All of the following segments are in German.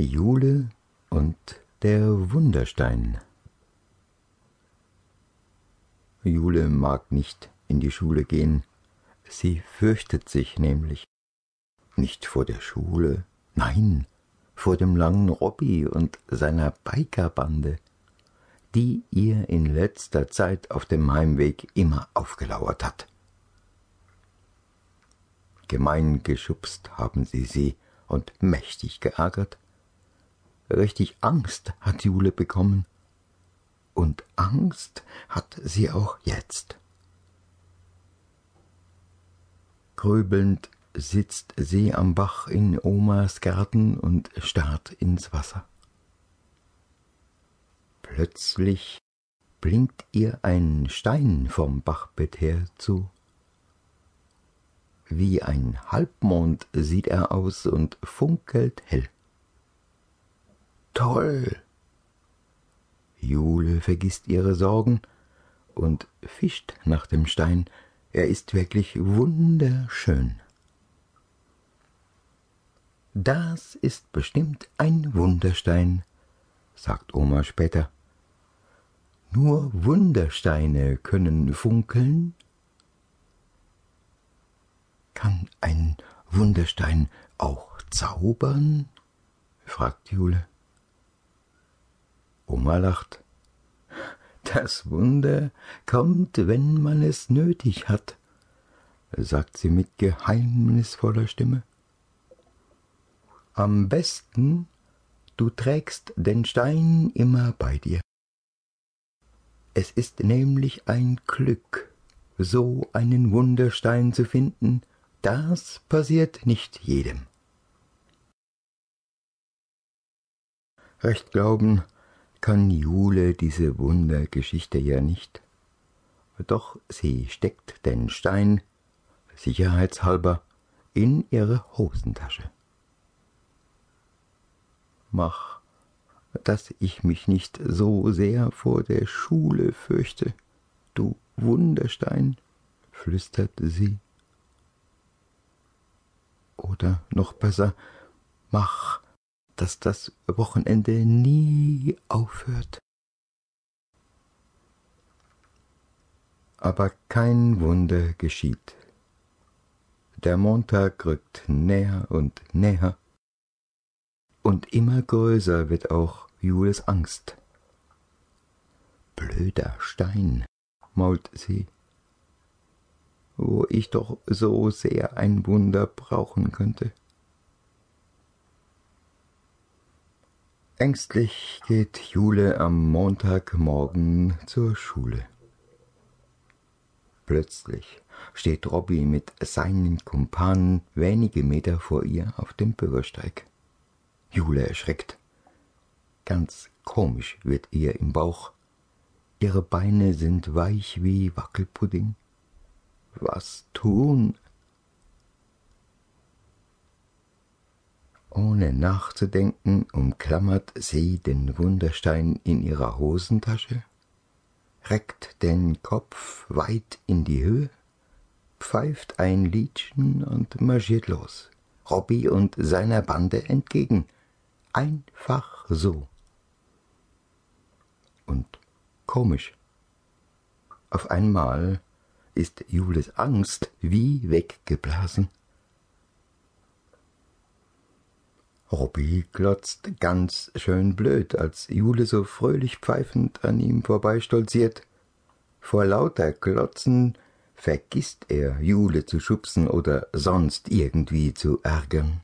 Jule und der Wunderstein. Jule mag nicht in die Schule gehen. Sie fürchtet sich nämlich. Nicht vor der Schule, nein, vor dem langen Robby und seiner Bikerbande, die ihr in letzter Zeit auf dem Heimweg immer aufgelauert hat. Gemein geschubst haben sie und mächtig geärgert. Richtig Angst hat Jule bekommen. Und Angst hat sie auch jetzt. Grübelnd sitzt sie am Bach in Omas Garten und starrt ins Wasser. Plötzlich blinkt ihr ein Stein vom Bachbett her zu. Wie ein Halbmond sieht er aus und funkelt hell. Toll! Jule vergisst ihre Sorgen und fischt nach dem Stein. Er ist wirklich wunderschön. Das ist bestimmt ein Wunderstein, sagt Oma später. Nur Wundersteine können funkeln. Kann ein Wunderstein auch zaubern? Fragt Jule. Oma lacht. Das Wunder kommt, wenn man es nötig hat, sagt sie mit geheimnisvoller Stimme. Am besten, du trägst den Stein immer bei dir. Es ist nämlich ein Glück, so einen Wunderstein zu finden, das passiert nicht jedem. Recht glauben kann Jule diese Wundergeschichte ja nicht. Doch sie steckt den Stein, sicherheitshalber, in ihre Hosentasche. Mach, dass ich mich nicht so sehr vor der Schule fürchte, du Wunderstein, flüstert sie. Oder noch besser, mach, dass das Wochenende nie aufhört. Aber kein Wunder geschieht. Der Montag rückt näher und näher, und immer größer wird auch Jules Angst. Blöder Stein, mault sie, wo ich doch so sehr ein Wunder brauchen könnte. Ängstlich geht Jule am Montagmorgen zur Schule. Plötzlich steht Robby mit seinen Kumpanen wenige Meter vor ihr auf dem Bürgersteig. Jule erschreckt. Ganz komisch wird ihr im Bauch. Ihre Beine sind weich wie Wackelpudding. Was tun? Ohne nachzudenken, umklammert sie den Wunderstein in ihrer Hosentasche, reckt den Kopf weit in die Höhe, pfeift ein Liedchen und marschiert los, Robby und seiner Bande entgegen. Einfach so. Und komisch. Auf einmal ist Jules Angst wie weggeblasen. Robby glotzt ganz schön blöd, als Jule so fröhlich pfeifend an ihm vorbeistolziert. Vor lauter Glotzen vergisst er, Jule zu schubsen oder sonst irgendwie zu ärgern.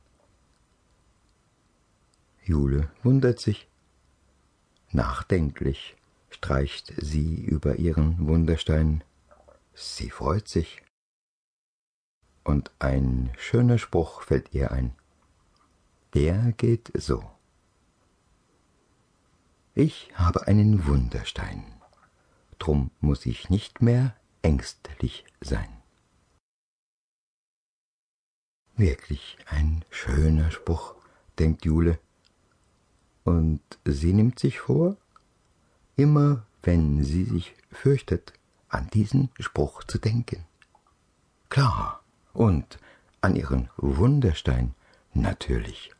Jule wundert sich. Nachdenklich streicht sie über ihren Wunderstein. Sie freut sich. Und ein schöner Spruch fällt ihr ein. Der geht so. Ich habe einen Wunderstein, drum muss ich nicht mehr ängstlich sein. Wirklich ein schöner Spruch, denkt Jule. Und sie nimmt sich vor, immer wenn sie sich fürchtet, an diesen Spruch zu denken. Klar, und an ihren Wunderstein natürlich